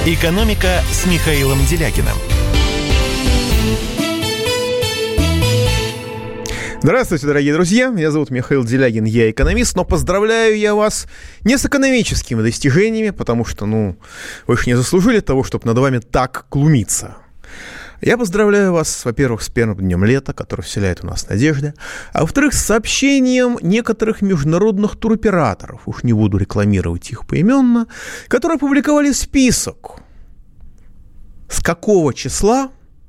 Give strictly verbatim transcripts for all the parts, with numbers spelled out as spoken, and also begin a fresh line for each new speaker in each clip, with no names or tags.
«Экономика» с Михаилом Делякиным.
Здравствуйте, дорогие друзья. Меня зовут Михаил Делягин, я экономист, но поздравляю я вас не с экономическими достижениями, потому что, ну, вы же не заслужили того, чтобы над вами так глумиться. Я поздравляю вас, во-первых, с первым днем лета, который вселяет у нас надежды, а во-вторых, с сообщением некоторых международных туроператоров, уж не буду рекламировать их поименно, которые опубликовали список, с какого числа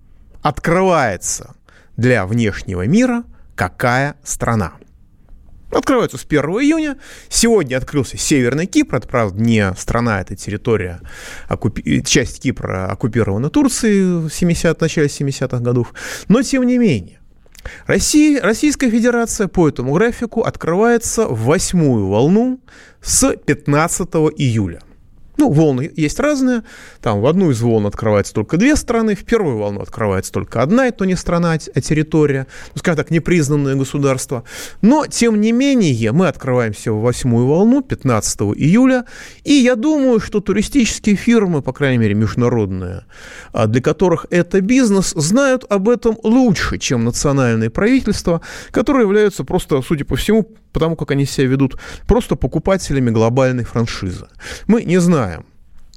открывается для внешнего мира какая страна. Открывается с первого июня. Сегодня открылся Северный Кипр. Это, правда, не страна, это территория, оккупи... часть Кипра оккупирована Турцией в семидесятых, в начале семидесятых годов. Но, тем не менее, Россия, Российская Федерация по этому графику открывается в восьмую волну с пятнадцатого июля. Ну, волны есть разные. Там в одну из волн открывается только две страны, в первую волну открывается только одна, и то не страна, а территория, ну, скажем так, непризнанное государство. Но, тем не менее, мы открываемся в восьмую волну пятнадцатого июля, и я думаю, что туристические фирмы, по крайней мере, международные, для которых это бизнес, знают об этом лучше, чем национальные правительства, которые являются просто, судя по всему, потому как они себя ведут, просто покупателями глобальной франшизы. Мы не знаем,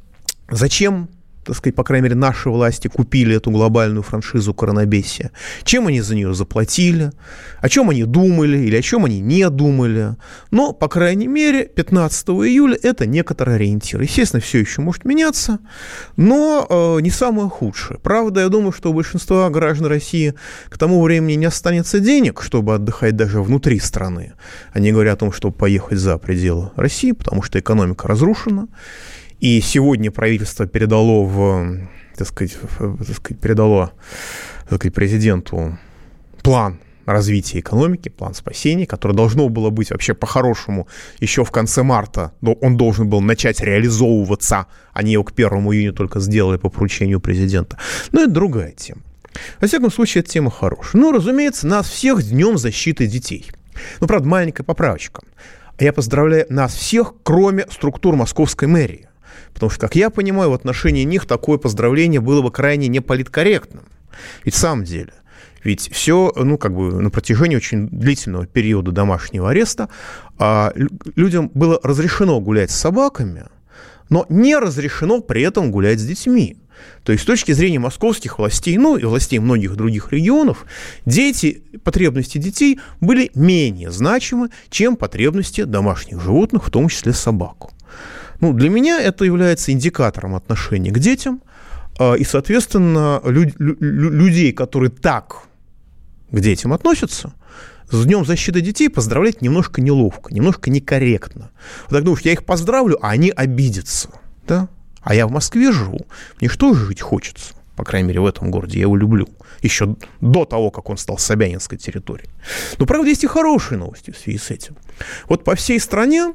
зачем, так сказать, по крайней мере, наши власти купили эту глобальную франшизу коронабесия, чем они за нее заплатили, о чем они думали или о чем они не думали. Но, по крайней мере, пятнадцатого июля это некоторый ориентир. Естественно, все еще может меняться, но э, не самое худшее. Правда, я думаю, что у большинства граждан России к тому времени не останется денег, чтобы отдыхать даже внутри страны. Они говорят о том, чтобы поехать за пределы России, потому что экономика разрушена. И сегодня правительство передало, в, так сказать, в, так сказать, передало так сказать, президенту план развития экономики, план спасения, который должно было быть вообще по-хорошему еще в конце марта. Он должен был начать реализовываться, они его к первому июня только сделали по поручению президента. Но это другая тема. Во всяком случае, эта тема хорошая. Ну, разумеется, нас всех с Днем защиты детей. Ну, правда, маленькая поправочка. Я поздравляю нас всех, кроме структур московской мэрии. Потому что, как я понимаю, в отношении них такое поздравление было бы крайне неполиткорректным. Ведь в самом деле, ведь все, ну, как бы на протяжении очень длительного периода домашнего ареста а, людям было разрешено гулять с собаками, но не разрешено при этом гулять с детьми. То есть с точки зрения московских властей, ну и властей многих других регионов, дети, потребности детей были менее значимы, чем потребности домашних животных, в том числе собак. Ну, для меня это является индикатором отношения к детям, и, соответственно, лю- лю- людей, которые так к детям относятся, с Днем защиты детей поздравлять немножко неловко, немножко некорректно. Вот так думаешь, я их поздравлю, а они обидятся, да? А я в Москве живу, мне что же жить хочется, по крайней мере, в этом городе, я его люблю, еще до того, как он стал собянинской территорией. Но, правда, есть и хорошие новости в связи с этим. Вот по всей стране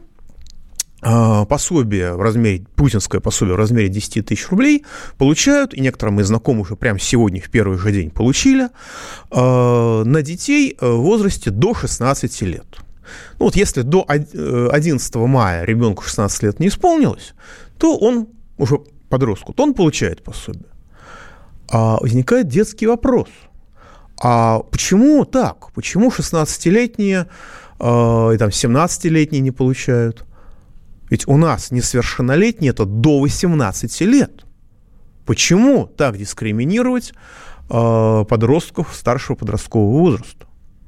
пособие в размере, путинское пособие в размере десять тысяч рублей получают, и некоторые мои знакомые уже прямо сегодня в первый же день получили, на детей в возрасте до шестнадцати лет. Ну вот если до одиннадцатого мая ребенку шестнадцать лет не исполнилось, то он уже подростку, то он получает пособие. А возникает детский вопрос. А почему так? Почему шестнадцатилетние и там семнадцатилетние не получают? Ведь у нас несовершеннолетние – это до восемнадцати лет. Почему так дискриминировать э, подростков старшего подросткового возраста?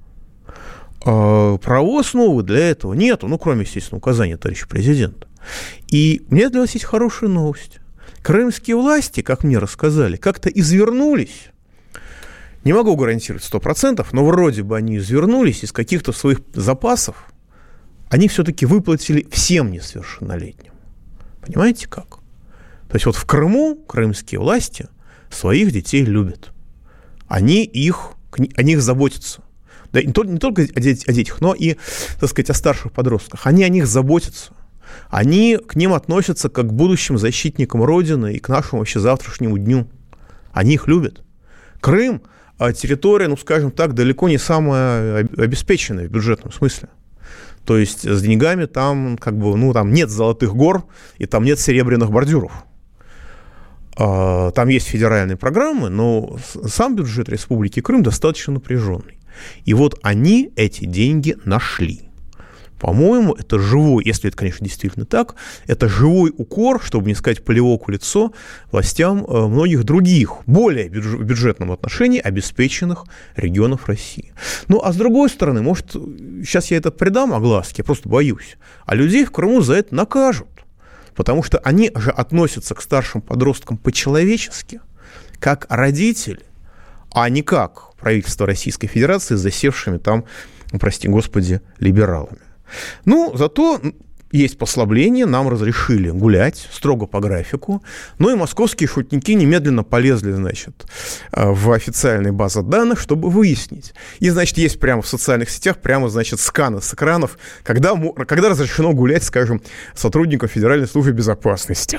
Э, правовой основы для этого нету, ну, кроме, естественно, указания товарища президента. И мне для вас есть хорошая новость. Крымские власти, как мне рассказали, как-то извернулись. Не могу гарантировать сто процентов, но вроде бы они извернулись из каких-то своих запасов. Они все-таки выплатили всем несовершеннолетним. Понимаете как? То есть вот в Крыму крымские власти своих детей любят. Они их, о них заботятся. Да, не, только, не только о, деть, о детях, но и, так сказать, о старших подростках. Они о них заботятся. Они к ним относятся как к будущим защитникам Родины и к нашему вообще завтрашнему дню. Они их любят. Крым – территория, ну, скажем так, далеко не самая обеспеченная в бюджетном смысле. То есть с деньгами там как бы, ну, там нет золотых гор и там нет серебряных бордюров. Там есть федеральные программы, но сам бюджет Республики Крым достаточно напряженный. И вот они эти деньги нашли. По-моему, это живой, если это, конечно, действительно так, это живой укор, чтобы не сказать плевок в лицо, властям многих других, более в бюджетном отношении обеспеченных регионов России. Ну, а с другой стороны, может, сейчас я это придам огласке, я просто боюсь, а людей в Крыму за это накажут, потому что они же относятся к старшим подросткам по-человечески, как родители, а не как правительство Российской Федерации с засевшими там, прости господи, либералами. Ну, зато есть послабление, нам разрешили гулять строго по графику, ну и московские шутники немедленно полезли, значит, в официальные базы данных, чтобы выяснить. И, значит, есть прямо в социальных сетях, прямо, значит, сканы с экранов, когда, когда разрешено гулять, скажем, сотрудникам Федеральной службы безопасности.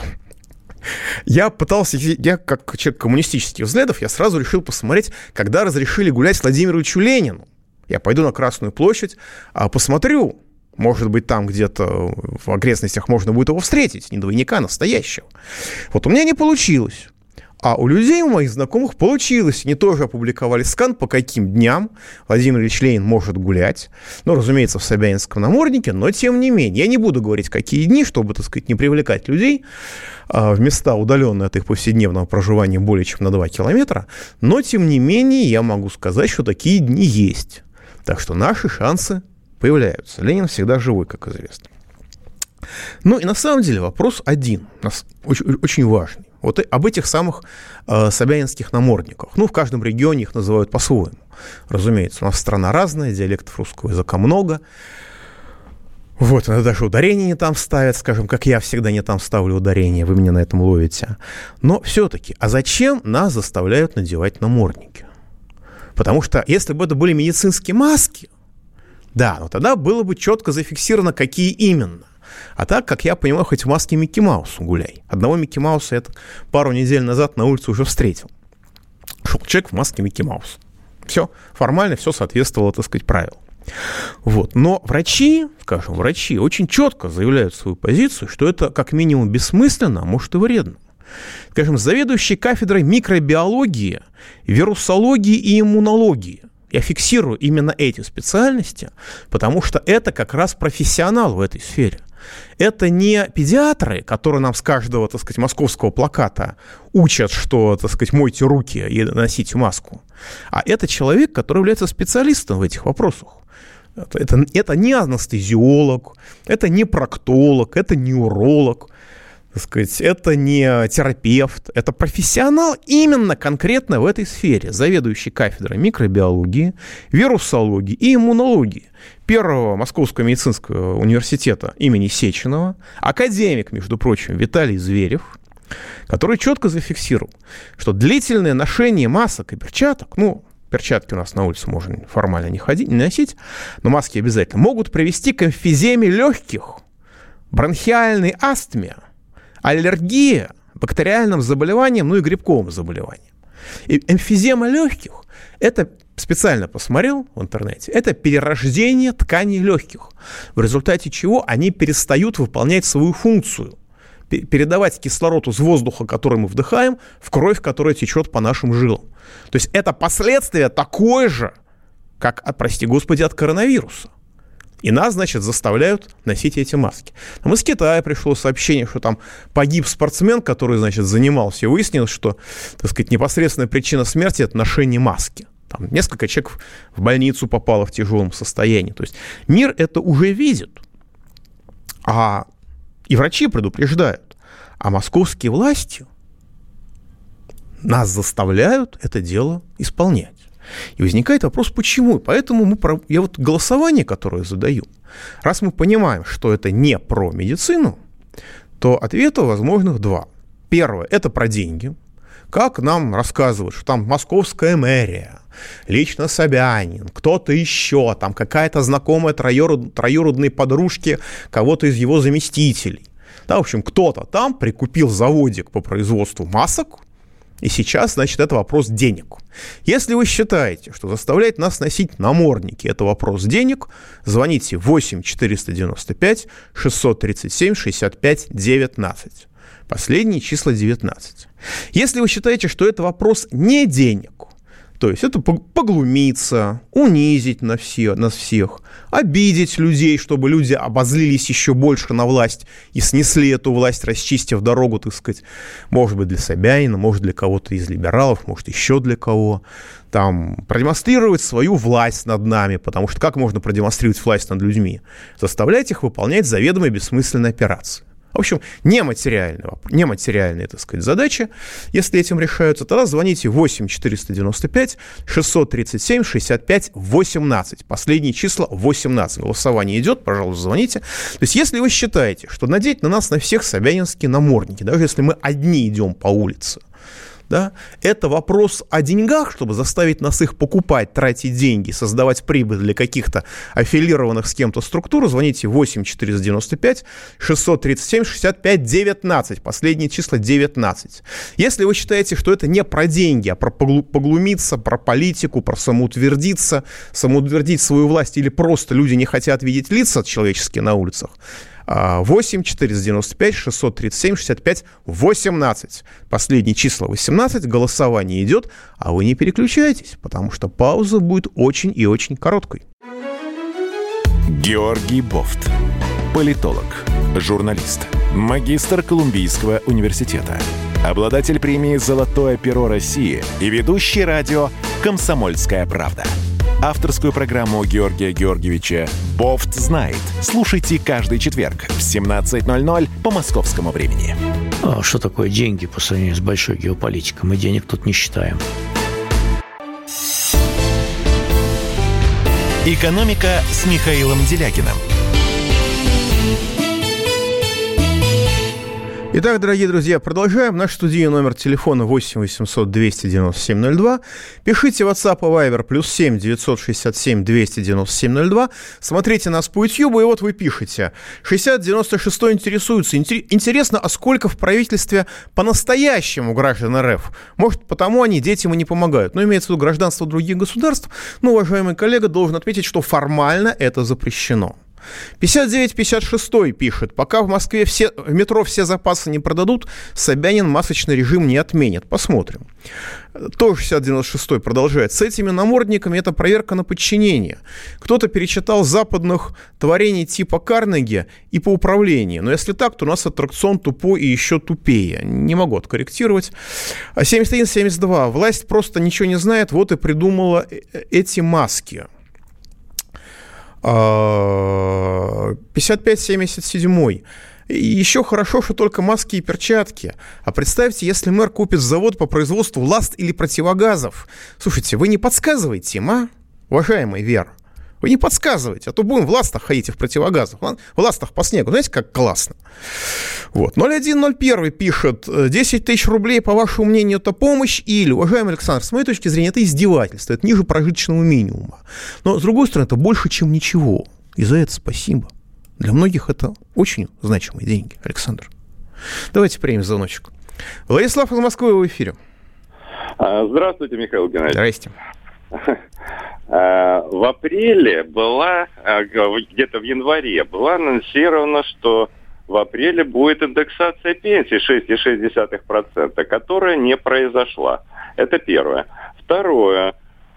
Я пытался, я как человек коммунистических взглядов, я сразу решил посмотреть, когда разрешили гулять Владимиру Ильичу Ленину. Я пойду на Красную площадь, посмотрю. Может быть, там где-то в окрестностях можно будет его встретить, не двойника настоящего. Вот у меня не получилось. А у людей, у моих знакомых, получилось. Они тоже опубликовали скан, по каким дням Владимир Ильич Ленин может гулять. Ну, разумеется, в Собянинском наморднике, но тем не менее. Я не буду говорить, какие дни, чтобы, так сказать, не привлекать людей в места, удаленные от их повседневного проживания более чем на два километра. Но, тем не менее, я могу сказать, что такие дни есть. Так что наши шансы появляются. Ленин всегда живой, как известно. Ну и на самом деле вопрос один, очень, очень важный. Вот об этих самых э, собянинских намордниках. Ну, в каждом регионе их называют по-своему. Разумеется, у нас страна разная, диалектов русского языка много. Вот, иногда даже ударение не там ставят, скажем, как я всегда не там ставлю ударение, вы меня на этом ловите. Но все-таки, а зачем нас заставляют надевать намордники? Потому что если бы это были медицинские маски, да, но тогда было бы четко зафиксировано, какие именно. А так, как я понимаю, хоть в маске Микки Мауса гуляй. Одного Микки Мауса я пару недель назад на улице уже встретил. Шел человек в маске Микки Мауса. Все, формально все соответствовало, так сказать, правилам. Вот. Но врачи, скажем, врачи очень четко заявляют свою позицию, что это как минимум бессмысленно, а может и вредно. Скажем, заведующий кафедрой микробиологии, вирусологии и иммунологии. Я фиксирую именно эти специальности, потому что это как раз профессионал в этой сфере. Это не педиатры, которые нам с каждого, так сказать, московского плаката учат, что, так сказать, мойте руки и носите маску. А это человек, который является специалистом в этих вопросах. Это, это, это не анестезиолог, это не проктолог, это не уролог. Так сказать, это не терапевт, это профессионал именно конкретно в этой сфере, заведующий кафедрой микробиологии, вирусологии и иммунологии Первого Московского медицинского университета имени Сеченова, академик, между прочим, Виталий Зверев, который четко зафиксировал, что длительное ношение масок и перчаток, ну, перчатки у нас на улице можно формально не ходить, не носить, но маски обязательно, могут привести к эмфиземе легких, бронхиальной астме, аллергия, бактериальным заболеваниям, ну и грибковым заболеваниям. И эмфизема легких, это, специально посмотрел в интернете, это перерождение тканей легких, в результате чего они перестают выполнять свою функцию, передавать кислород из воздуха, который мы вдыхаем, в кровь, которая течет по нашим жилам. То есть это последствие такое же, как, прости господи, от коронавируса. И нас, значит, заставляют носить эти маски. Там из Китая пришло сообщение, что там погиб спортсмен, который, значит, занимался, и выяснилось, что, так сказать, непосредственная причина смерти – это ношение маски. Там несколько человек в больницу попало в тяжелом состоянии. То есть мир это уже видит. А и врачи предупреждают. А московские власти нас заставляют это дело исполнять. И возникает вопрос, почему? Поэтому мы, я вот голосование, которое задаю, раз мы понимаем, что это не про медицину, то ответов возможных два. Первое – это про деньги. Как нам рассказывают, что там московская мэрия, лично Собянин, кто-то еще, там какая-то знакомая троюрод, троюродной подружки кого-то из его заместителей. Да, в общем, кто-то там прикупил заводик по производству масок, и сейчас, значит, это вопрос денег. Если вы считаете, что заставлять нас носить намордники – это вопрос денег, звоните восемь четыреста девяносто пять шестьсот тридцать семь шестьдесят пять девятнадцать. Последние числа девятнадцать. Если вы считаете, что это вопрос не денег, то есть это поглумиться, унизить на все, нас всех, обидеть людей, чтобы люди обозлились еще больше на власть и снесли эту власть, расчистив дорогу, так сказать, может быть, для Собянина, может, для кого-то из либералов, может, еще для кого, там, продемонстрировать свою власть над нами, потому что как можно продемонстрировать власть над людьми? Заставлять их выполнять заведомо бессмысленные операции. В общем, нематериальная, нематериальная, так сказать, задача. Если этим решаются, тогда звоните восемь четыреста девяносто пять шестьсот тридцать семь шестьдесят пять восемнадцать. Последние числа восемнадцать. Голосование идет, пожалуйста, звоните. То есть, если вы считаете, что надеть на нас на всех собянинские намордники, даже если мы одни идем по улице, да, это вопрос о деньгах, чтобы заставить нас их покупать, тратить деньги, создавать прибыль для каких-то аффилированных с кем-то структур, звоните восемь четыреста девяносто пять шестьсот тридцать семь шестьдесят пять девятнадцать, последние числа девятнадцать. Если вы считаете, что это не про деньги, а про поглумиться, про политику, про самоутвердиться, самоутвердить свою власть, или просто люди не хотят видеть лица человеческие на улицах, восемь четыреста девяносто пять шестьсот тридцать семь шестьдесят пять восемнадцать. Последние числа восемнадцать, голосование идет, а вы не переключайтесь, потому что пауза будет очень и очень короткой.
Георгий Бофт. Политолог, журналист, магистр Колумбийского университета, обладатель премии «Золотое перо России» и ведущий радио «Комсомольская правда». Авторскую программу Георгия Георгиевича «Бофт знает». Слушайте каждый четверг в семнадцать ноль ноль по московскому времени.
А что такое деньги по сравнению с большой геополитикой? Мы денег тут не считаем.
«Экономика» с Михаилом Делякиным.
Итак, дорогие друзья, продолжаем. Наш студийный номер телефона восемь восемьсот двести девяносто семь ноль два. Пишите в WhatsApp и Viber плюс семь девятьсот шестьдесят семь двести девяносто семь ноль два. Смотрите нас по YouTube, и вот вы пишете. шестьдесят девяносто шесть интересуется. Интересно, а сколько в правительстве по-настоящему граждан РФ? Может, потому они детям и не помогают. Но имеется в виду гражданство других государств. Но, уважаемый коллега, должен отметить, что формально это запрещено. пятьдесят девять пятьдесят шесть пишет, пока в Москве все, в метро все запасы не продадут, Собянин масочный режим не отменит. Посмотрим. Тоже шестьдесят девяносто шесть продолжает. С этими намордниками это проверка на подчинение. Кто-то перечитал западных творений типа Карнеги и по управлению. Но если так, то у нас аттракцион тупой и еще тупее. Не могу откорректировать. семьдесят один семьдесят два. Власть просто ничего не знает, вот и придумала эти маски. пятьдесят пять семьдесят семь. Еще хорошо, что только маски и перчатки. А представьте, если мэр купит завод по производству ласт или противогазов. Слушайте, вы не подсказываете им, а, уважаемый Вера? Вы не подсказываете, а то будем в ластах ходить и в противогазах. В ластах по снегу. Знаете, как классно. Вот. ноль один ноль один пишет. десять тысяч рублей, по вашему мнению, это помощь? Или, уважаемый Александр, с моей точки зрения, это издевательство. Это ниже прожиточного минимума. Но, с другой стороны, это больше, чем ничего. И за это спасибо. Для многих это очень значимые деньги. Александр. Давайте примем звоночек. Владислав из Москвы, в эфире.
Здравствуйте, Михаил Геннадьевич.
Здрасте.
В апреле была, где-то в январе, была анонсировано, что в апреле будет индексация пенсий шесть целых шесть десятых процента, которая не произошла. Это первое. Второе.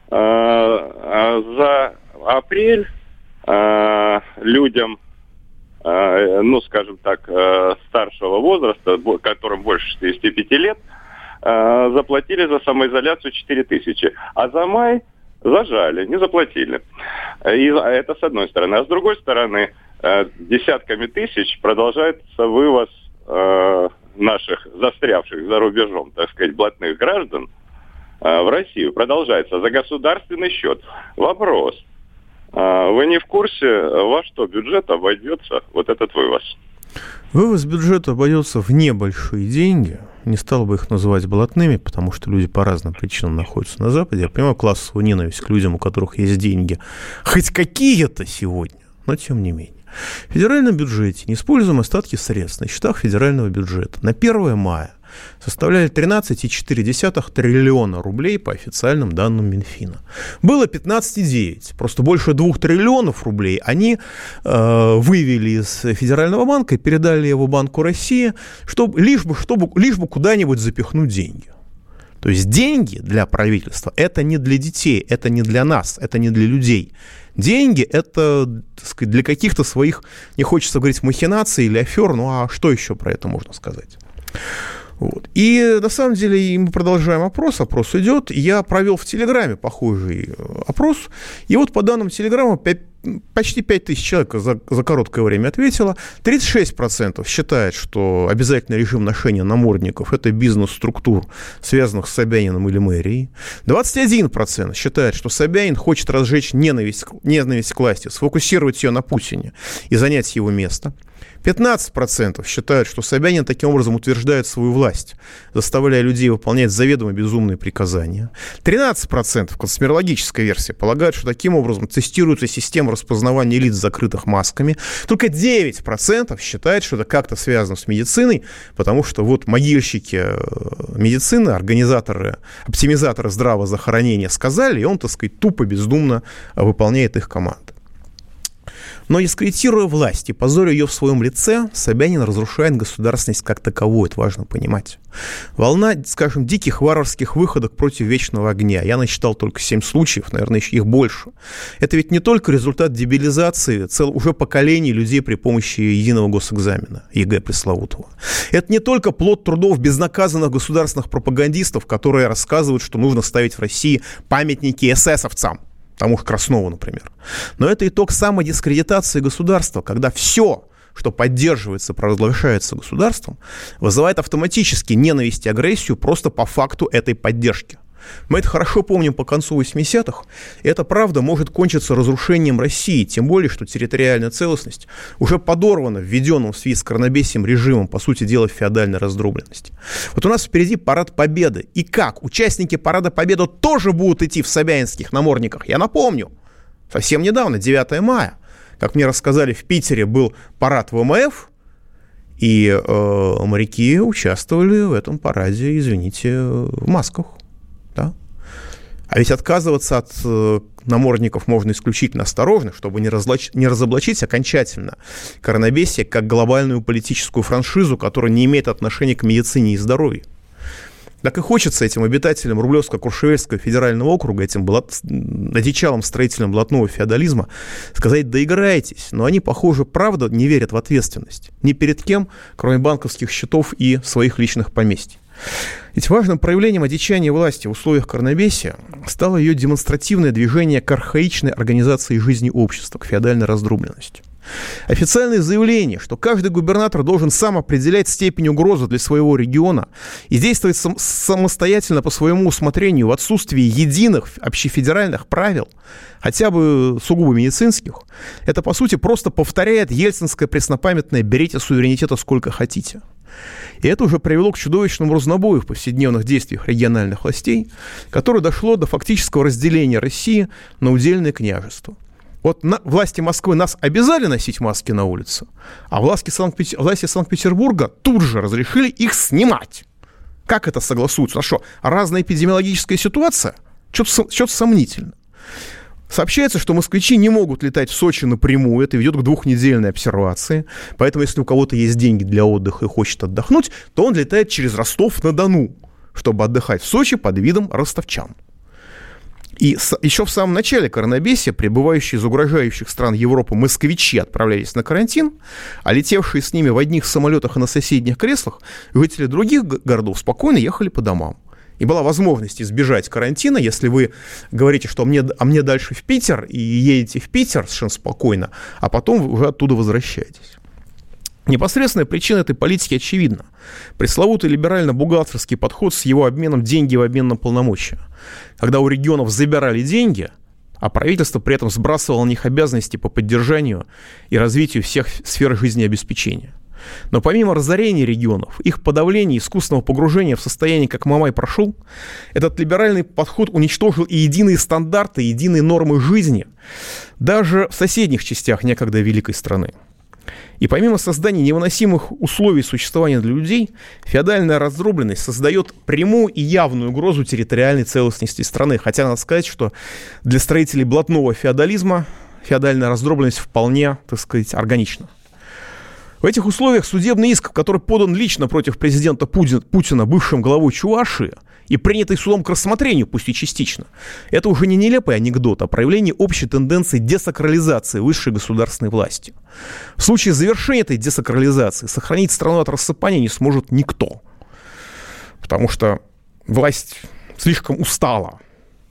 За апрель людям, ну, скажем так, старшего возраста, которым больше шестидесяти пяти лет, заплатили за самоизоляцию четыре тысячи, а за май зажали, не заплатили. И это с одной стороны. А с другой стороны, десятками тысяч продолжается вывоз наших застрявших за рубежом, так сказать, блатных граждан в Россию. Продолжается за государственный счет. Вопрос. Вы не в курсе, во что бюджет обойдется вот этот вывоз?
Вывоз бюджета обойдется в небольшие деньги. Не стал бы их называть блатными, потому что люди по разным причинам находятся на Западе. Я понимаю классовую ненависть к людям, у которых есть деньги. Хоть какие-то сегодня, но тем не менее. В федеральном бюджете неиспользуемые остатки средств на счетах федерального бюджета на первое мая составляли тринадцать целых четыре десятых триллиона рублей по официальным данным Минфина. Было пятнадцать целых девять десятых. Просто больше двух триллионов рублей они э, вывели из Федерального банка и передали его Банку России, чтобы, лишь, бы, чтобы, лишь бы куда-нибудь запихнуть деньги. То есть деньги для правительства – это не для детей, это не для нас, это не для людей. Деньги – это, так сказать, для каких-то своих, не хочется говорить, махинаций или афер, ну а что еще про это можно сказать? Вот. И на самом деле мы продолжаем опрос, опрос идет. Я провел в Телеграме похожий опрос, и вот по данным Телеграма пять, почти пять тысяч человек за, за короткое время ответило. тридцать шесть процентов считает, что обязательный режим ношения намордников – это бизнес структур, связанных с Собяниным или мэрией. двадцать один процент считает, что Собянин хочет разжечь ненависть, ненависть к власти, сфокусировать ее на Путине и занять его место. пятнадцать процентов считают, что Собянин таким образом утверждает свою власть, заставляя людей выполнять заведомо безумные приказания. тринадцать процентов, конспирологическая версия, полагают, что таким образом тестируется система распознавания лиц, закрытых масками. Только девять процентов считают, что это как-то связано с медициной, потому что вот могильщики медицины, организаторы, оптимизаторы здравоохранения сказали, и он, так сказать, тупо, бездумно выполняет их команды. Но дискредитируя власть и позоря ее в своем лице, Собянин разрушает государственность как таковую, это важно понимать. Волна, скажем, диких варварских выходок против вечного огня. Я насчитал только семь случаев, наверное, еще их больше. Это ведь не только результат дебилизации цел, уже поколений людей при помощи единого госэкзамена, ЕГЭ пресловутого. Это не только плод трудов безнаказанных государственных пропагандистов, которые рассказывают, что нужно ставить в России памятники эсэсовцам, тому же Краснову, например. Но это итог самодискредитации государства, когда все, что поддерживается, провозглашается государством, вызывает автоматически ненависть и агрессию просто по факту этой поддержки. Мы это хорошо помним по концу восьмидесятых, и это, правда, может кончиться разрушением России, тем более, что территориальная целостность уже подорвана введенным в связи с коронабесием режимом, по сути дела, феодальной раздробленности. Вот у нас впереди парад Победы. И как? Участники парада Победы тоже будут идти в собянинских намордниках. Я напомню, совсем недавно, девятое мая, как мне рассказали, в Питере был парад ВМФ, и э, моряки участвовали в этом параде, извините, в масках. Да? А ведь отказываться от э, намордников можно исключительно осторожно, чтобы не, разлоч... не разоблачить окончательно коронабесие как глобальную политическую франшизу, которая не имеет отношения к медицине и здоровью. Так и хочется этим обитателям Рублевско-Куршевельского федерального округа, этим блат... одичалым строителям блатного феодализма, сказать: доиграйтесь. Но они, похоже, правда не верят в ответственность. Ни перед кем, кроме банковских счетов и своих личных поместий. Ведь важным проявлением одичания власти в условиях коронабесия стало ее демонстративное движение к архаичной организации жизни общества, к феодальной раздробленности. Официальное заявление, что каждый губернатор должен сам определять степень угрозы для своего региона и действовать сам, самостоятельно по своему усмотрению в отсутствии единых общефедеральных правил, хотя бы сугубо медицинских, это, по сути, просто повторяет ельцинское преснопамятное «берите суверенитета сколько хотите». И это уже привело к чудовищному разнобою в повседневных действиях региональных властей, которое дошло до фактического разделения России на удельные княжества. Вот на, власти Москвы нас обязали носить маски на улице, а власти, Санкт- власти Санкт-Петербурга тут же разрешили их снимать. Как это согласуется? А что, разная эпидемиологическая ситуация? Что-то, что-то сомнительно. Сообщается, что москвичи не могут летать в Сочи напрямую, это ведет к двухнедельной обсервации, поэтому если у кого-то есть деньги для отдыха и хочет отдохнуть, то он летает через Ростов-на-Дону, чтобы отдыхать в Сочи под видом ростовчан. И с, еще в самом начале коронабесия прибывающие из угрожающих стран Европы москвичи отправлялись на карантин, а летевшие с ними в одних самолетах и на соседних креслах жители других городов спокойно ехали по домам. И была возможность избежать карантина, если вы говорите, что мне, а мне дальше в Питер, и едете в Питер совершенно спокойно, а потом вы уже оттуда возвращаетесь. Непосредственная причина этой политики очевидна. Пресловутый либерально-бухгалтерский подход с его обменом деньги в обмен на полномочия. Когда у регионов забирали деньги, а правительство при этом сбрасывало на них обязанности по поддержанию и развитию всех сфер жизнеобеспечения. Но помимо разорения регионов, их подавления, искусственного погружения в состояние, как Мамай прошел, этот либеральный подход уничтожил и единые стандарты, и единые нормы жизни, даже в соседних частях некогда великой страны. И помимо создания невыносимых условий существования для людей, феодальная раздробленность создает прямую и явную угрозу территориальной целостности страны. Хотя надо сказать, что для строителей блатного феодализма феодальная раздробленность вполне, так сказать, органична. В этих условиях судебный иск, который подан лично против президента Путина, бывшим главой Чувашии, и принятый судом к рассмотрению, пусть и частично, это уже не нелепый анекдот, а проявление общей тенденции десакрализации высшей государственной власти. В случае завершения этой десакрализации сохранить страну от рассыпания не сможет никто, потому что власть слишком устала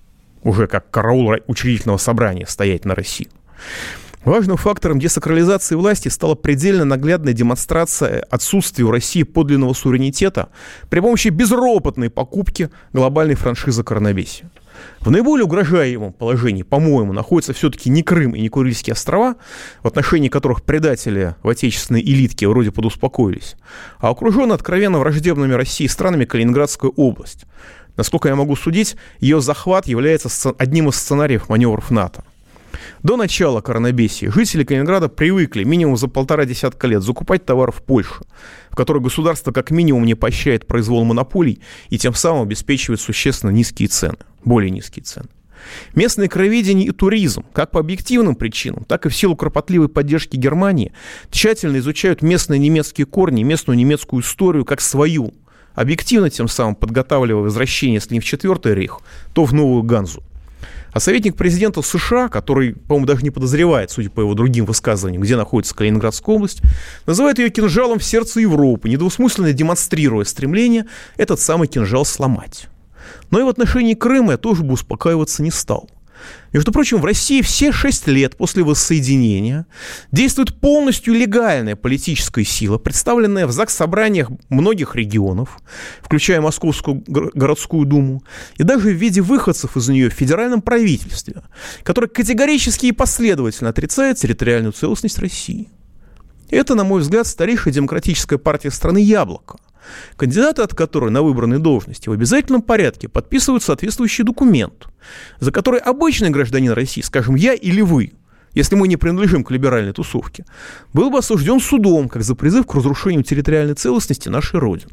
уже как караул учредительного собрания стоять на России. Важным фактором десакрализации власти стала предельно наглядная демонстрация отсутствия у России подлинного суверенитета при помощи безропотной покупки глобальной франшизы коронавирусия. В наиболее угрожаемом положении, по-моему, находятся все-таки не Крым и не Курильские острова, в отношении которых предатели в отечественной элитке вроде подуспокоились, а окружена откровенно враждебными России странами Калининградская область. Насколько я могу судить, ее захват является одним из сценариев маневров НАТО. До начала коронабесии жители Калининграда привыкли минимум за полтора десятка лет закупать товары в Польше, в которой государство как минимум не поощряет произвол монополий и тем самым обеспечивает существенно низкие цены, более низкие цены. Местное краеведение и туризм, как по объективным причинам, так и в силу кропотливой поддержки Германии, тщательно изучают местные немецкие корни, местную немецкую историю как свою, объективно тем самым подготавливая возвращение, если не в Четвертый рейх, то в новую Ганзу. А советник президента США, который, по-моему, даже не подозревает, судя по его другим высказываниям, где находится Калининградская область, называет ее кинжалом в сердце Европы, недвусмысленно демонстрируя стремление этот самый кинжал сломать. Но и в отношении Крыма я тоже бы успокаиваться не стал. Между прочим, в России все шесть лет после воссоединения действует полностью легальная политическая сила, представленная в заксобраниях многих регионов, включая Московскую городскую думу, и даже в виде выходцев из нее в федеральном правительстве, которое категорически и последовательно отрицает территориальную целостность России. Это, на мой взгляд, старейшая демократическая партия страны «Яблоко», кандидаты от которой на выбранной должности в обязательном порядке подписывают соответствующий документ, за который обычный гражданин России, скажем, я или вы, если мы не принадлежим к либеральной тусовке, был бы осужден судом как за призыв к разрушению территориальной целостности нашей Родины.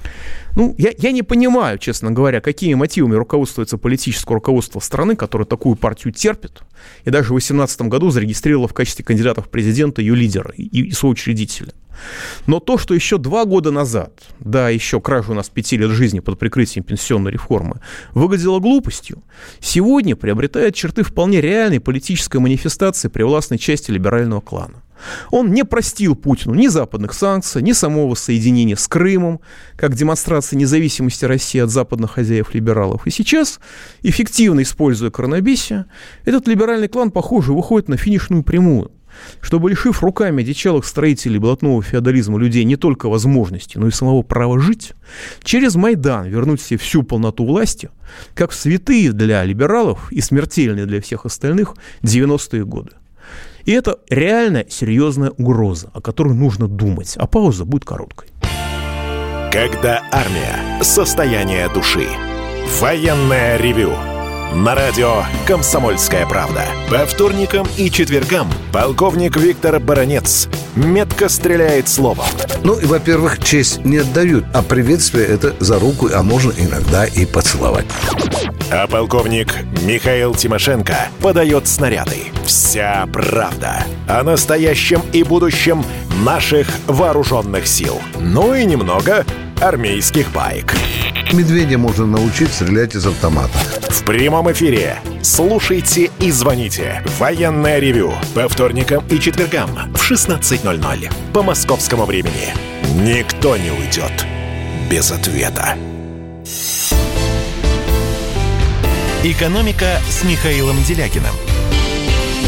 Ну, я, я не понимаю, честно говоря, какими мотивами руководствуется политическое руководство страны, которое такую партию терпит, и даже в две тысячи восемнадцатом году зарегистрировало в качестве кандидатов в президента ее лидера и, и соучредителя. Но то, что еще два года назад, да, еще кражу у нас пяти лет жизни под прикрытием пенсионной реформы, выглядело глупостью, сегодня приобретает черты вполне реальной политической манифестации при властной части либерального клана. Он не простил Путину ни западных санкций, ни самого воссоединения с Крымом, как демонстрация независимости России от западных хозяев-либералов. И сейчас, эффективно используя коронабесие, этот либеральный клан, похоже, выходит на финишную прямую, чтобы, лишив руками одичалых строителей блатного феодализма людей не только возможности, но и самого права жить, через Майдан вернуть себе всю полноту власти, как в святые для либералов и смертельные для всех остальных девяностые годы. И это реально серьезная угроза, о которой нужно думать, а пауза будет короткой.
Когда армия. Состояние души. Военное ревю. На радио «Комсомольская правда». По вторникам и четвергам полковник Виктор Баранец метко стреляет словом.
Ну и, во-первых, честь не отдают, а приветствие — это за руку, а можно иногда и поцеловать.
А полковник Михаил Тимошенко подает снаряды. Вся правда о настоящем и будущем наших вооруженных сил. Ну и немного армейских баек.
Медведя можно научить стрелять из автомата.
В прямом эфире. Слушайте и звоните. Военное ревю. По вторникам и четвергам в шестнадцать ноль ноль. По московскому времени. Никто не уйдет без ответа. «Экономика» с Михаилом Делякиным.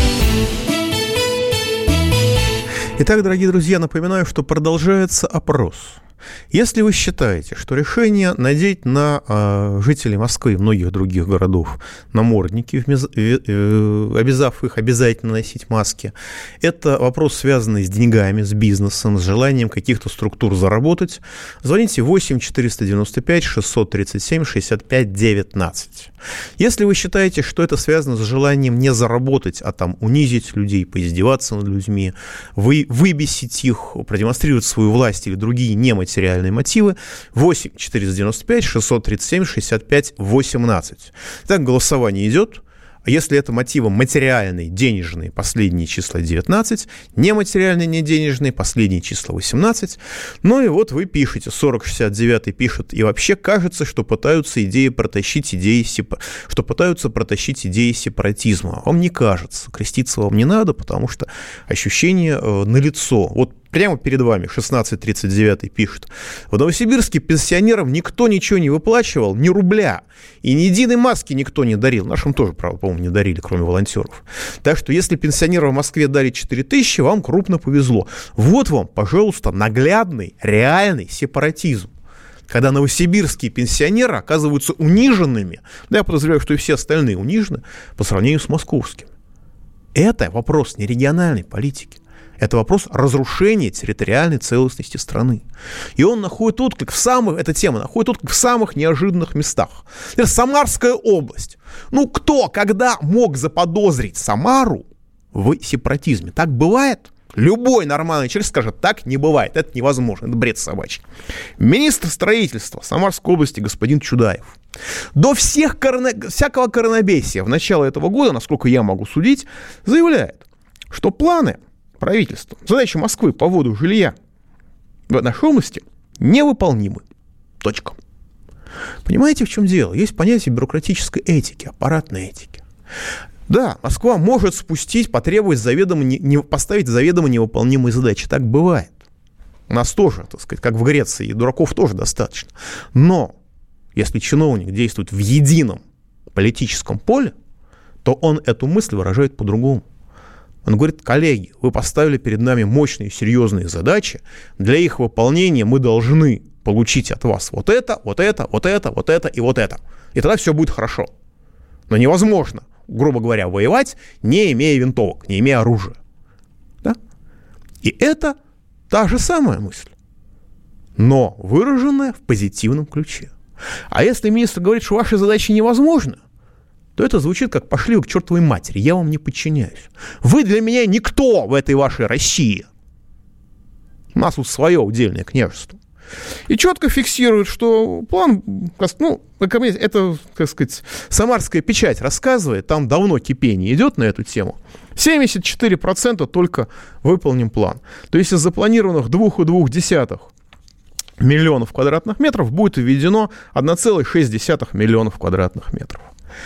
Итак, дорогие друзья, напоминаю, что продолжается опрос. Если вы считаете, что решение надеть на э, жителей Москвы и многих других городов намордники, вмез... э, обязав их обязательно носить маски, это вопрос, связанный с деньгами, с бизнесом, с желанием каких-то структур заработать, звоните восемь четыреста девяносто пять шестьсот тридцать семь шестьдесят пять девятнадцать. Если вы считаете, что это связано с желанием не заработать, а там унизить людей, поиздеваться над людьми, вы, выбесить их, продемонстрировать свою власть или другие нематериальные мотивы, восемь четыреста девяносто пять шестьсот тридцать семь шестьдесят пять восемнадцать. Так голосование идет. А если это мотивы материальные, денежные, последние числа девятнадцать, нематериальные, не денежные, последние числа восемнадцать. Ну и вот вы пишете, сорок шестьдесят девять пишет, и вообще кажется, что пытаются идеи протащить идеи, сепар... что пытаются протащить идеи сепаратизма. Вам не кажется, креститься вам не надо, потому что ощущение э, налицо. Вот прямо перед вами шестнадцать тридцать девять пишет. В Новосибирске пенсионерам никто ничего не выплачивал, ни рубля. И ни единой маски никто не дарил. Нашим тоже, правда, по-моему, не дарили, кроме волонтеров. Так что, если пенсионерам в Москве дали четыре тысячи, вам крупно повезло. Вот вам, пожалуйста, наглядный, реальный сепаратизм. Когда новосибирские пенсионеры оказываются униженными, да, я подозреваю, что и все остальные унижены, по сравнению с московскими. Это вопрос не региональной политики. Это вопрос разрушения территориальной целостности страны. И он находит отклик в самых, эта тема находит отклик в самых неожиданных местах. Это Самарская область. Ну, кто, когда мог заподозрить Самару в сепаратизме? Так бывает? Любой нормальный человек скажет, так не бывает, это невозможно, это бред собачий. Министр строительства Самарской области господин Чудаев до всех корона... всякого коронабесия в начале этого года, насколько я могу судить, заявляет, что планы правительства, задача Москвы по вводу жилья в нашей области невыполнимы. Точка. Понимаете, в чем дело? Есть понятие бюрократической этики, аппаратной этики. Да, Москва может спустить, потребовать заведомо, не, не, поставить заведомо невыполнимые задачи. Так бывает. У нас тоже, так сказать, как в Греции, и дураков тоже достаточно. Но если чиновник действует в едином политическом поле, то он эту мысль выражает по-другому. Он говорит, коллеги, вы поставили перед нами мощные, серьезные задачи. Для их выполнения мы должны получить от вас вот это, вот это, вот это, вот это и вот это. И тогда все будет хорошо. Но невозможно, грубо говоря, воевать, не имея винтовок, не имея оружия. Да? И это та же самая мысль, но выраженная в позитивном ключе. А если министр говорит, что ваши задачи невозможны, то это звучит как «пошли вы к чертовой матери, я вам не подчиняюсь». Вы для меня никто в этой вашей России. У нас тут свое удельное княжество. И четко фиксирует, что план, ну, это, так сказать, самарская печать рассказывает, там давно кипение идет на эту тему. семьдесят четыре процента только выполнен план. То есть из запланированных два целых две десятых миллионов квадратных метров будет введено один целых шесть десятых миллионов квадратных метров.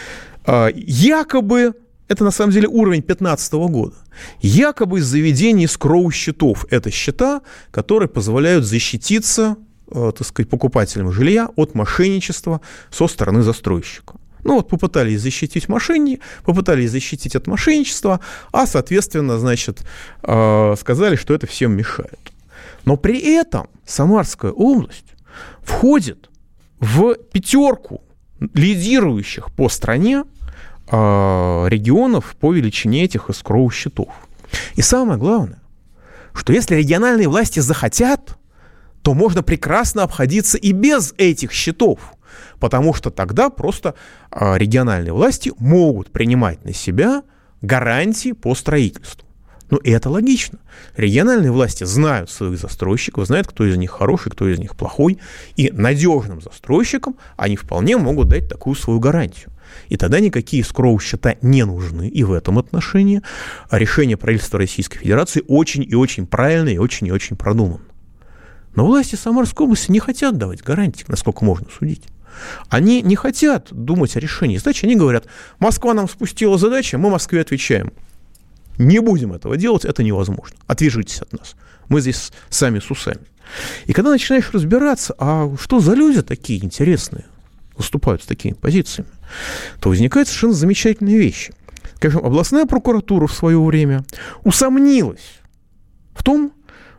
Якобы, это на самом деле уровень две тысячи пятнадцатого года, якобы из заведения скроу-счетов. Это счета, которые позволяют защититься, так сказать, покупателям жилья от мошенничества со стороны застройщика. Ну вот попытались защитить мошенники, попытались защитить от мошенничества, а, соответственно, значит, сказали, что это всем мешает. Но при этом Самарская область входит в пятерку лидирующих по стране э, регионов по величине этих эскроу-счетов. И самое главное, что если региональные власти захотят, то можно прекрасно обходиться и без этих счетов, потому что тогда просто э, региональные власти могут принимать на себя гарантии по строительству. Ну, и это логично. Региональные власти знают своих застройщиков, знают, кто из них хороший, кто из них плохой, и надежным застройщикам они вполне могут дать такую свою гарантию. И тогда никакие скроу-счета не нужны, и в этом отношении решение правительства Российской Федерации очень и очень правильное и очень и очень продумано. Но власти Самарской области не хотят давать гарантии, насколько можно судить. Они не хотят думать о решении задач, они говорят, Москва нам спустила задачи, мы Москве отвечаем. Не будем этого делать, это невозможно. Отвяжитесь от нас. Мы здесь сами с усами. И когда начинаешь разбираться, а что за люди такие интересные выступают с такими позициями, то возникают совершенно замечательные вещи. Скажем, областная прокуратура в свое время усомнилась в том,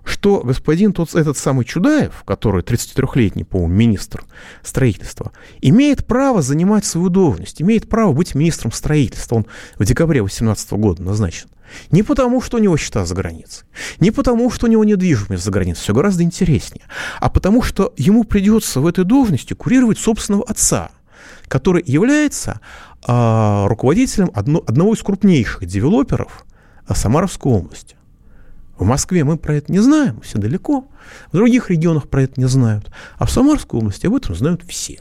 что господин тот, этот самый Чудаев, который тридцатитрёхлетний, по-моему, министр строительства, имеет право занимать свою должность, имеет право быть министром строительства. Он в декабре две тысячи восемнадцатого года назначен. Не потому, что у него счета за границей, не потому, что у него недвижимость за границей, все гораздо интереснее, а потому, что ему придется в этой должности курировать собственного отца, который является э, руководителем одно, одного из крупнейших девелоперов Самарской области. В Москве мы про это не знаем, все далеко. В других регионах про это не знают. А в Самарской области об этом знают все.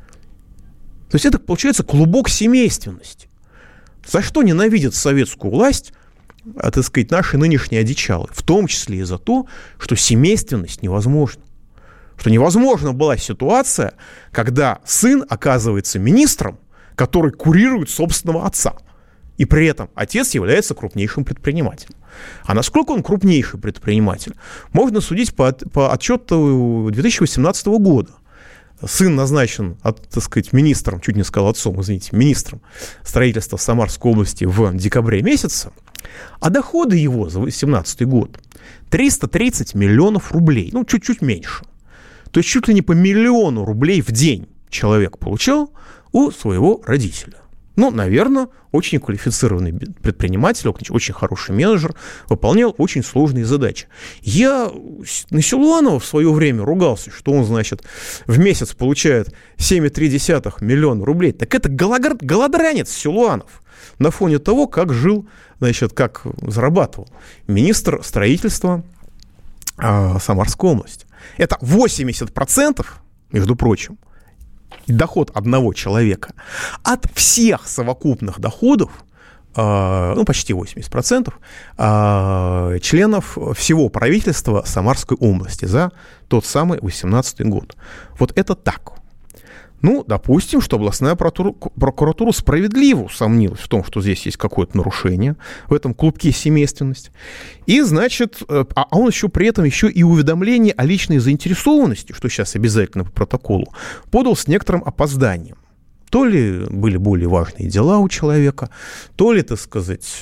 То есть это, получается, клубок семейственности. За что ненавидят советскую власть, а, так сказать, наши нынешние одичалы? В том числе и за то, что семейственность невозможна. Что невозможна была ситуация, когда сын оказывается министром, который курирует собственного отца. И при этом отец является крупнейшим предпринимателем. А насколько он крупнейший предприниматель, можно судить по, по отчету две тысячи восемнадцатого года. Сын назначен, так сказать, министром, чуть не сказал отцом, извините, министром строительства Самарской области в декабре месяце, а доходы его за две тысячи восемнадцатый год триста тридцать миллионов рублей, ну, чуть-чуть меньше. То есть чуть ли не по миллиону рублей в день человек получал у своего родителя. Ну, наверное, очень квалифицированный предприниматель, очень хороший менеджер, выполнял очень сложные задачи. Я на Силуанова в свое время ругался, что он, значит, в месяц получает семь целых три десятых миллиона рублей. Так это голодранец Силуанов на фоне того, как жил, значит, как зарабатывал министр строительства э, Самарской области. Это восемьдесят процентов, между прочим, доход одного человека от всех совокупных доходов, э, ну, почти восемьдесят процентов, э, членов всего правительства Самарской области за тот самый восемнадцатый год. Вот это так. Ну, допустим, что областная прокуратура справедливо усомнилась в том, что здесь есть какое-то нарушение в этом клубке семейственности. И, значит, а он еще при этом еще и уведомление о личной заинтересованности, что сейчас обязательно по протоколу, подал с некоторым опозданием. То ли были более важные дела у человека, то ли, так сказать,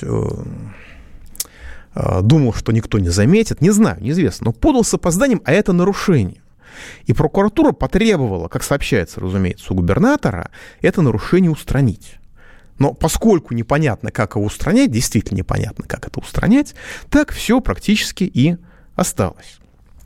думал, что никто не заметит, не знаю, неизвестно, но подал с опозданием, а это нарушение. И прокуратура потребовала, как сообщается, разумеется, у губернатора, это нарушение устранить. Но поскольку непонятно, как его устранять, действительно непонятно, как это устранять, так все практически и осталось.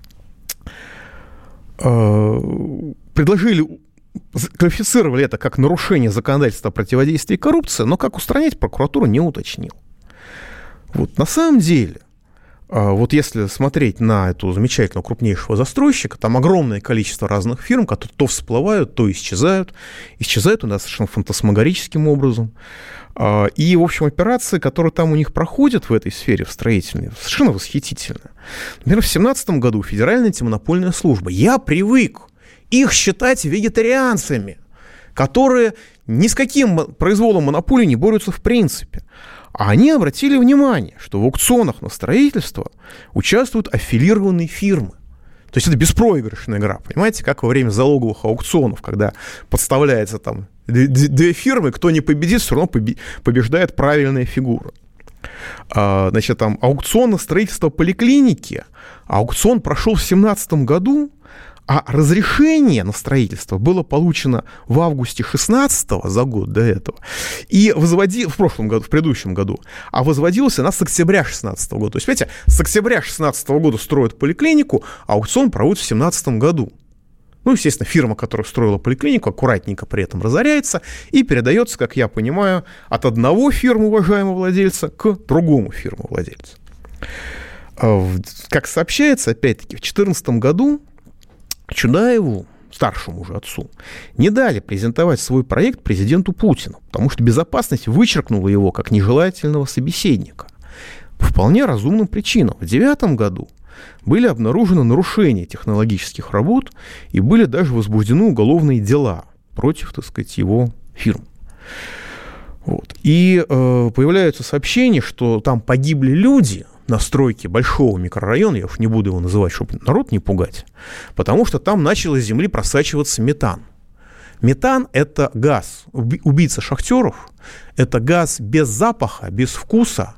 Предложили, квалифицировали это как нарушение законодательства о противодействии коррупции, но как устранять, прокуратура не уточнила. Вот на самом деле... Вот если смотреть на эту замечательного крупнейшего застройщика, там огромное количество разных фирм, которые то всплывают, то исчезают. Исчезают у нас совершенно фантасмагорическим образом. И, в общем, операции, которые там у них проходят в этой сфере, в строительной, совершенно восхитительны. Например, в две тысячи семнадцатом году Федеральная антимонопольная служба. Я привык их считать вегетарианцами, которые ни с каким произволом монополии не борются в принципе. А они обратили внимание, что в аукционах на строительство участвуют аффилированные фирмы. То есть это беспроигрышная игра, понимаете, как во время залоговых аукционов, когда подставляется там две фирмы, кто не победит, все равно побеждает правильная фигура. Значит, там аукцион на строительство поликлиники, аукцион прошел в две тысячи семнадцатом году, а разрешение на строительство было получено в августе шестнадцатого, за год до этого, и возводи... в прошлом году, в предыдущем году, а возводилось она с октября шестнадцатого года. То есть, понимаете, с октября шестнадцатого года строят поликлинику, а аукцион проводят в семнадцатом году. Ну, естественно, фирма, которая строила поликлинику, аккуратненько при этом разоряется и передается, как я понимаю, от одного фирмы уважаемого владельца к другому фирму владельца. Как сообщается, опять-таки, в две тысячи четырнадцатом году Чудаеву, старшему уже отцу, не дали презентовать свой проект президенту Путину, потому что безопасность вычеркнула его как нежелательного собеседника. По вполне разумным причинам. В две тысячи девятом году были обнаружены нарушения технологических работ и были даже возбуждены уголовные дела против, так сказать, его фирм. Вот. И э, появляются сообщения, что там погибли люди на стройке большого микрорайона, я уж не буду его называть, чтобы народ не пугать, потому что там начал из земли просачиваться метан. Метан – это газ, убийца шахтеров, это газ без запаха, без вкуса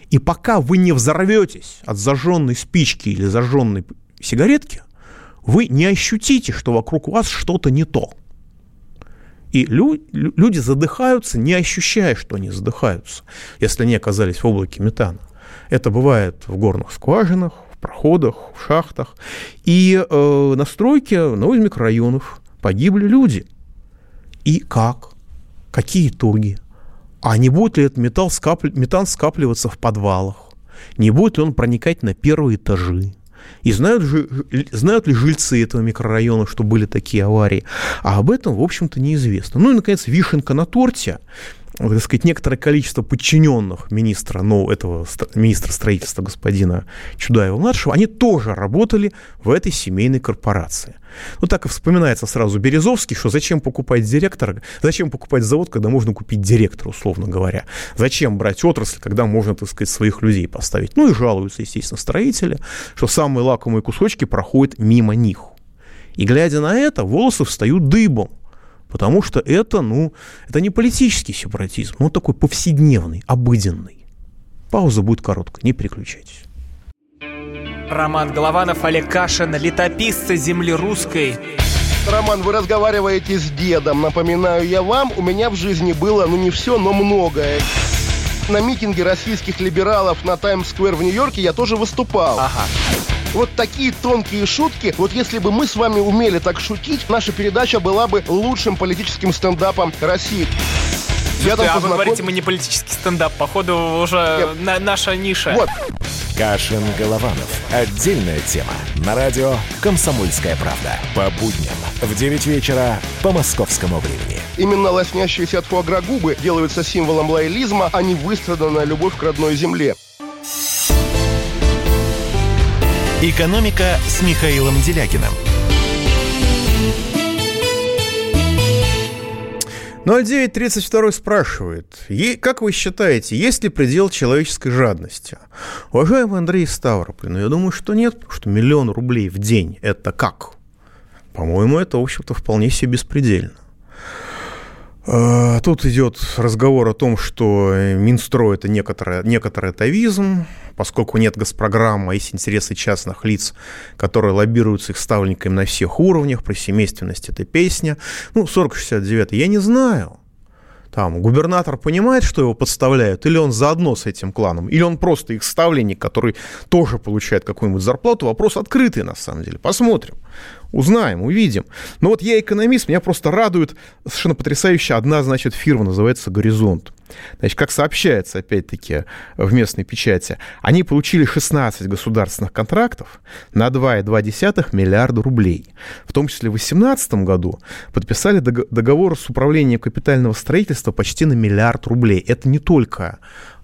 И пока вы не взорветесь от зажженной спички или зажженной сигаретки, вы не ощутите, что вокруг вас что-то не то. И лю- люди задыхаются, не ощущая, что они задыхаются, если они оказались в облаке метана. Это бывает в горных скважинах, в проходах, в шахтах. И э, на стройке одного из микрорайонов погибли люди. И как? Какие итоги? А не будет ли этот металл скапли... метан скапливаться в подвалах? Не будет ли он проникать на первые этажи? И знают, же, знают ли жильцы этого микрорайона, что были такие аварии? А об этом, в общем-то, неизвестно. Ну и, наконец, вишенка на торте. Так сказать, некоторое количество подчиненных министра, ну, этого министра строительства господина Чудаева-младшего, они тоже работали в этой семейной корпорации. Ну, так и вспоминается сразу Березовский, что зачем покупать директора, зачем покупать завод, когда можно купить директора, условно говоря. Зачем брать отрасль, когда можно, так сказать, своих людей поставить. Ну, и жалуются, естественно, строители, что самые лакомые кусочки проходят мимо них. И, глядя на это, волосы встают дыбом. Потому что это, ну, это не политический сепаратизм, но такой повседневный, обыденный. Пауза будет короткая, не переключайтесь.
Роман Голованов, Олег Кашин, летописцы земли русской.
Роман, вы разговариваете с дедом. Напоминаю я вам, у меня в жизни было, ну не все, но многое. На митинге российских либералов на Таймс-сквер в Нью-Йорке я тоже выступал.
Ага.
Вот такие тонкие шутки, вот если бы мы с вами умели так шутить, наша передача была бы лучшим политическим стендапом России.
Я там а познаком... вы говорите, мы не политический стендап, походу уже на, наша ниша.
Вот.
Кашин, Голованов. Отдельная тема. На радио «Комсомольская правда». По будням в девять вечера по московскому времени.
Именно лоснящиеся от фуагра губы делаются символом лоялизма, а не выстраданная любовь к родной земле.
«Экономика» с Михаилом Делягиным.
ноль девять тридцать два спрашивает, как вы считаете, есть ли предел человеческой жадности? Уважаемый Андрей из Ставрополя, ну я думаю, что нет, потому что миллион рублей в день – это как? По-моему, это, в общем-то, вполне себе беспредельно. Тут идет разговор о том, что Минстрой – это некоторый, некоторый атовизм, поскольку нет госпрограммы, а есть интересы частных лиц, которые лоббируются их ставленниками на всех уровнях, про семейственность – это песня. Ну, сорок шестьдесят девять я не знаю. Там губернатор понимает, что его подставляют, или он заодно с этим кланом, или он просто их ставленник, который тоже получает какую-нибудь зарплату. Вопрос открытый, на самом деле. Посмотрим, узнаем, увидим. Но вот я экономист, меня просто радует совершенно потрясающая одна, значит, фирма, называется «Горизонт». Значит, как сообщается, опять-таки, в местной печати, они получили шестнадцать государственных контрактов на два целых две десятых миллиарда рублей. В том числе в две тысячи восемнадцатом году подписали договор с управлением капитального строительства почти на миллиард рублей. Это не только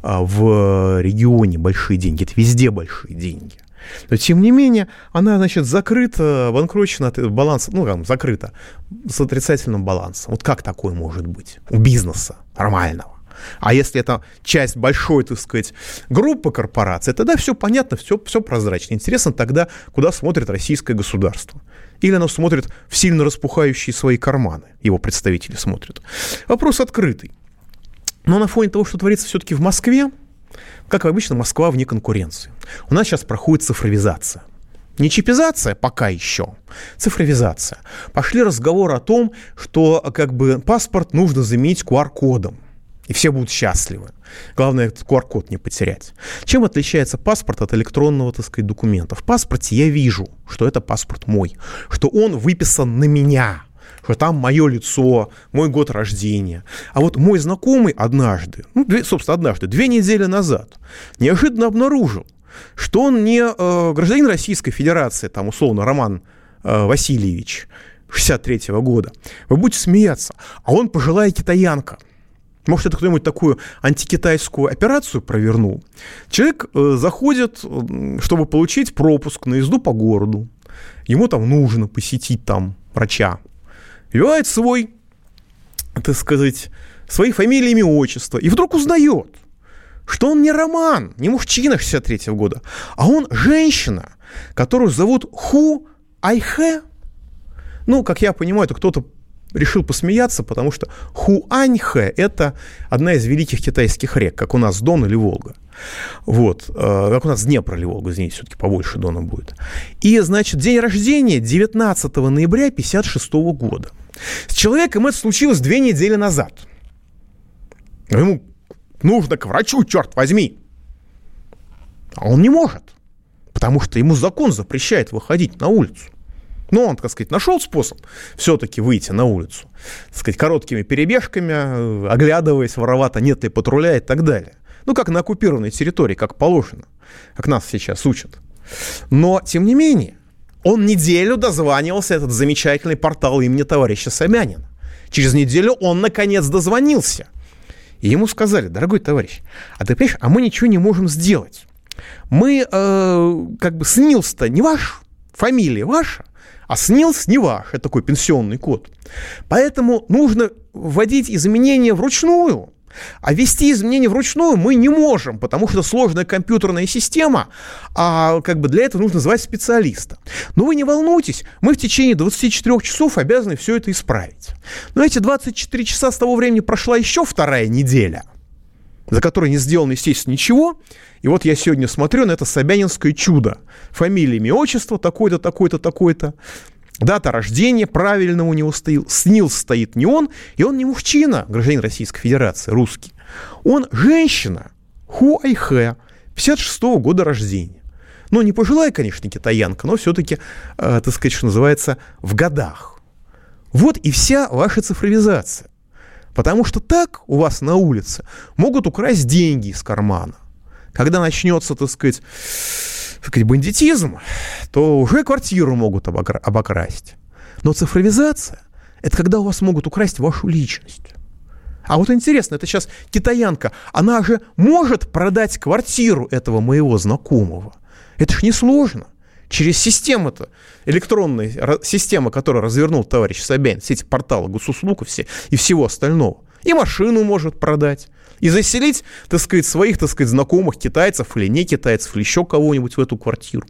в регионе большие деньги, это везде большие деньги. Но, тем не менее, она, значит, закрыта, обанкрочена, баланс, ну, там, закрыта с отрицательным балансом. Вот как такое может быть у бизнеса нормального? А если это часть большой, так сказать, группы корпораций, тогда все понятно, все, все прозрачно. Интересно тогда, куда смотрит российское государство. Или оно смотрит в сильно распухающие свои карманы, его представители смотрят. Вопрос открытый. Но на фоне того, что творится все-таки в Москве, как обычно, Москва вне конкуренции. У нас сейчас проходит цифровизация. Не чипизация пока еще, цифровизация. Пошли разговоры о том, что как бы паспорт нужно заменить ку ар кодом. И все будут счастливы. Главное, этот ку ар код не потерять. Чем отличается паспорт от электронного, так сказать, документа? В паспорте я вижу, что это паспорт мой, что он выписан на меня, что там мое лицо, мой год рождения. А вот мой знакомый однажды, ну, собственно, однажды, две недели назад, неожиданно обнаружил, что он не э, гражданин Российской Федерации, там, условно, Роман э, Васильевич, шестьдесят третьего года. Вы будете смеяться, а он пожилая китаянка. Может, это кто-нибудь такую антикитайскую операцию провернул? Человек э, заходит, чтобы получить пропуск на езду по городу. Ему там нужно посетить там врача. Вбивает свой, так сказать, свои фамилии, имя, отчество. И вдруг узнает, что он не Роман, не мужчина шестьдесят третьего года, а он женщина, которую зовут Ху Айхэ. Ну, как я понимаю, это кто-то решил посмеяться, потому что Хуаньхэ – это одна из великих китайских рек, как у нас Дон или Волга. Вот, как у нас Днепр или Волга, извините, все-таки побольше Дона будет. И, значит, день рождения девятнадцатого ноября пятьдесят шестого года. С человеком это случилось две недели назад. Ему нужно к врачу, черт возьми. А он не может, потому что ему закон запрещает выходить на улицу. Но он, так сказать, нашел способ все-таки выйти на улицу, так сказать, короткими перебежками, оглядываясь, воровато, нет ли патруля и так далее. Ну, как на оккупированной территории, как положено, как нас сейчас учат. Но, тем не менее, он неделю дозванивался, этот замечательный портал имени товарища Собянина. Через неделю он, наконец, дозвонился. И ему сказали: дорогой товарищ, а ты понимаешь, а мы ничего не можем сделать. Мы, э, как бы, СНИЛС-то не ваш, фамилия ваша, а СНИЛС не ваш, это такой пенсионный код. Поэтому нужно вводить изменения вручную. А ввести изменения вручную мы не можем, потому что сложная компьютерная система, а как бы для этого нужно звать специалиста. Но вы не волнуйтесь, мы в течение двадцати четырёх часов обязаны все это исправить. Но эти двадцать четыре часа с того времени прошла еще вторая неделя, за которой не сделано, естественно, ничего. И вот я сегодня смотрю на это собянинское чудо. Фамилия, имя, отчество, такой-то, такой-то, такой-то. Дата рождения правильно у него стоит. СНИЛС стоит не он, и он не мужчина, гражданин Российской Федерации, русский. Он женщина, Хуайхэ, пятьдесят шестого года рождения. Ну, не пожилая, конечно, китаянка, но все-таки, э, так сказать, что называется, в годах. Вот и вся ваша цифровизация. Потому что так у вас на улице могут украсть деньги из кармана. Когда начнется, так сказать, так сказать, бандитизм, то уже квартиру могут обокра- обокрасть. Но цифровизация – это когда у вас могут украсть вашу личность. А вот интересно, это сейчас китаянка, она же может продать квартиру этого моего знакомого. Это ж несложно. Через систему-то, электронная система, которую развернул товарищ Собянин, все эти порталы госуслуг и, все, и всего остального. И машину может продать. И заселить, так сказать, своих, так сказать, знакомых китайцев или не китайцев, или еще кого-нибудь в эту квартиру.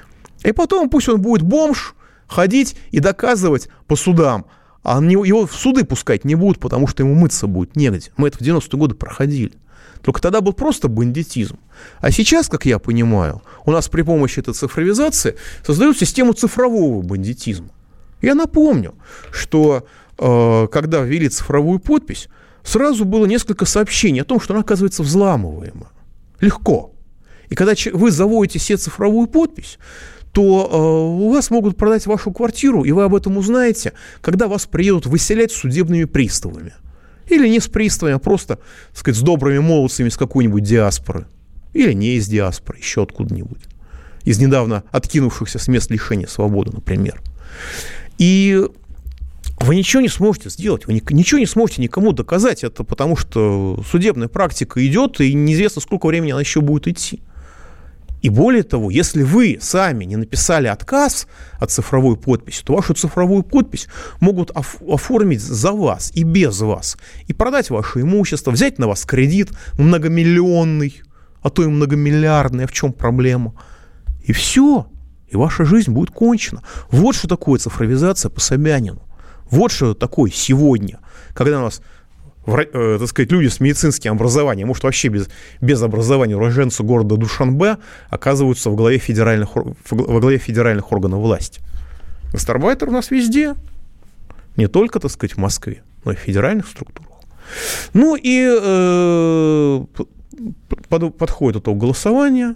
И потом пусть он будет бомж, ходить и доказывать по судам. А его в суды пускать не будут, потому что ему мыться будет негде. Мы это в девяностые годы проходили. Только тогда был просто бандитизм. А сейчас, как я понимаю, у нас при помощи этой цифровизации создают систему цифрового бандитизма. Я напомню, что э, когда ввели цифровую подпись, сразу было несколько сообщений о том, что она, оказывается, взламываема. Легко. И когда вы заводите себе цифровую подпись, то э, у вас могут продать вашу квартиру, и вы об этом узнаете, когда вас приедут выселять с судебными приставами. Или не с приставами, а просто, так сказать, с добрыми молодцами из какой-нибудь диаспоры. Или не из диаспоры, еще откуда-нибудь. Из недавно откинувшихся с мест лишения свободы, например. И вы ничего не сможете сделать, вы ничего не сможете никому доказать. Это потому, что судебная практика идет, и неизвестно, сколько времени она еще будет идти. И более того, если вы сами не написали отказ от цифровой подписи, то вашу цифровую подпись могут оформить за вас и без вас. И продать ваше имущество, взять на вас кредит многомиллионный, а то и многомиллиардный. А в чем проблема? И все. И ваша жизнь будет кончена. Вот что такое цифровизация по Собянину. Вот что такое сегодня, когда у нас, э, так сказать, люди с медицинским образованием, может, вообще без, без образования, уроженцы города Душанбе, оказываются во главе федеральных, во главе федеральных органов власти. Гастарбайтеры у нас везде, не только, так сказать, в Москве, но и в федеральных структурах. Ну и э, под, подходит это голосование.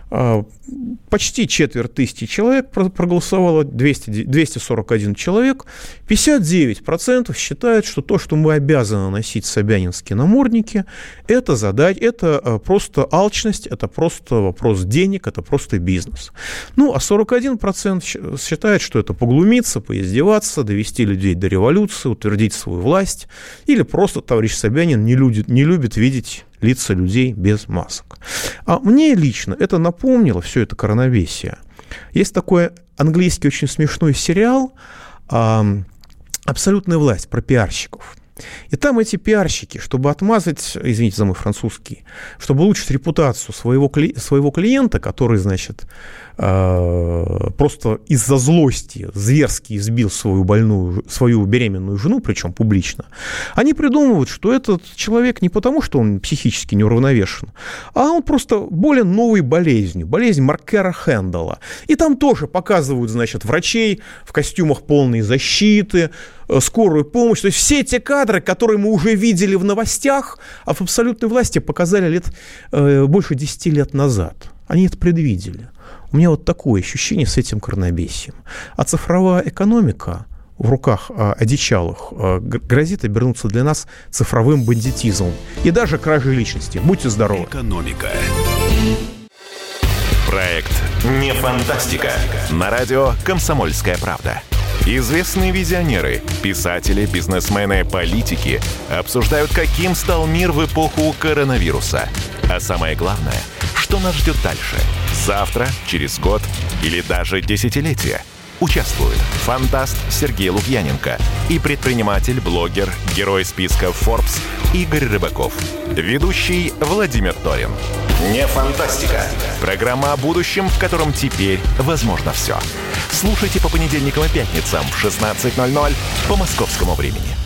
Почти четверть тысячи человек проголосовало, двести, двести сорок один человек. пятьдесят девять процентов считают, что то, что мы обязаны носить собянинские намордники, это задать, это просто алчность, это просто вопрос денег, это просто бизнес. Ну, а сорок один процент считает, что это поглумиться, поиздеваться, довести людей до революции, утвердить свою власть, или просто товарищ Собянин не любит, не любит видеть лица людей без масок. А мне лично это напомнило, все это коронавесие. Есть такой английский очень смешной сериал «Абсолютная власть» про пиарщиков. И там эти пиарщики, чтобы отмазать, извините за мой французский, чтобы улучшить репутацию своего, кли, своего клиента, который, значит, э, просто из-за злости зверски избил свою больную, свою беременную жену, причем публично, они придумывают, что этот человек не потому, что он психически неуравновешен, а он просто болен новой болезнью, болезнь Маркера Хендела. И там тоже показывают, значит, врачей в костюмах полной защиты, скорую помощь. То есть все те кадры, которые мы уже видели в новостях, а в абсолютной власти показали лет, э, больше десяти лет назад. Они это предвидели. У меня вот такое ощущение с этим коронабесием. А цифровая экономика в руках э, одичалых э, грозит обернуться для нас цифровым бандитизмом и даже кражей личности. Будьте здоровы.
Экономика. Проект «Не фантастика» на радио «Комсомольская правда». Известные визионеры, писатели, бизнесмены, политики обсуждают, каким стал мир в эпоху коронавируса. А самое главное, что нас ждет дальше? Завтра, через год или даже десятилетие? Участвуют фантаст Сергей Лукьяненко и предприниматель, блогер, герой списка Forbes Игорь Рыбаков. Ведущий Владимир Торин. Не фантастика. Программа о будущем, в котором теперь возможно все. Слушайте по понедельникам и пятницам в шестнадцать ноль ноль по московскому времени.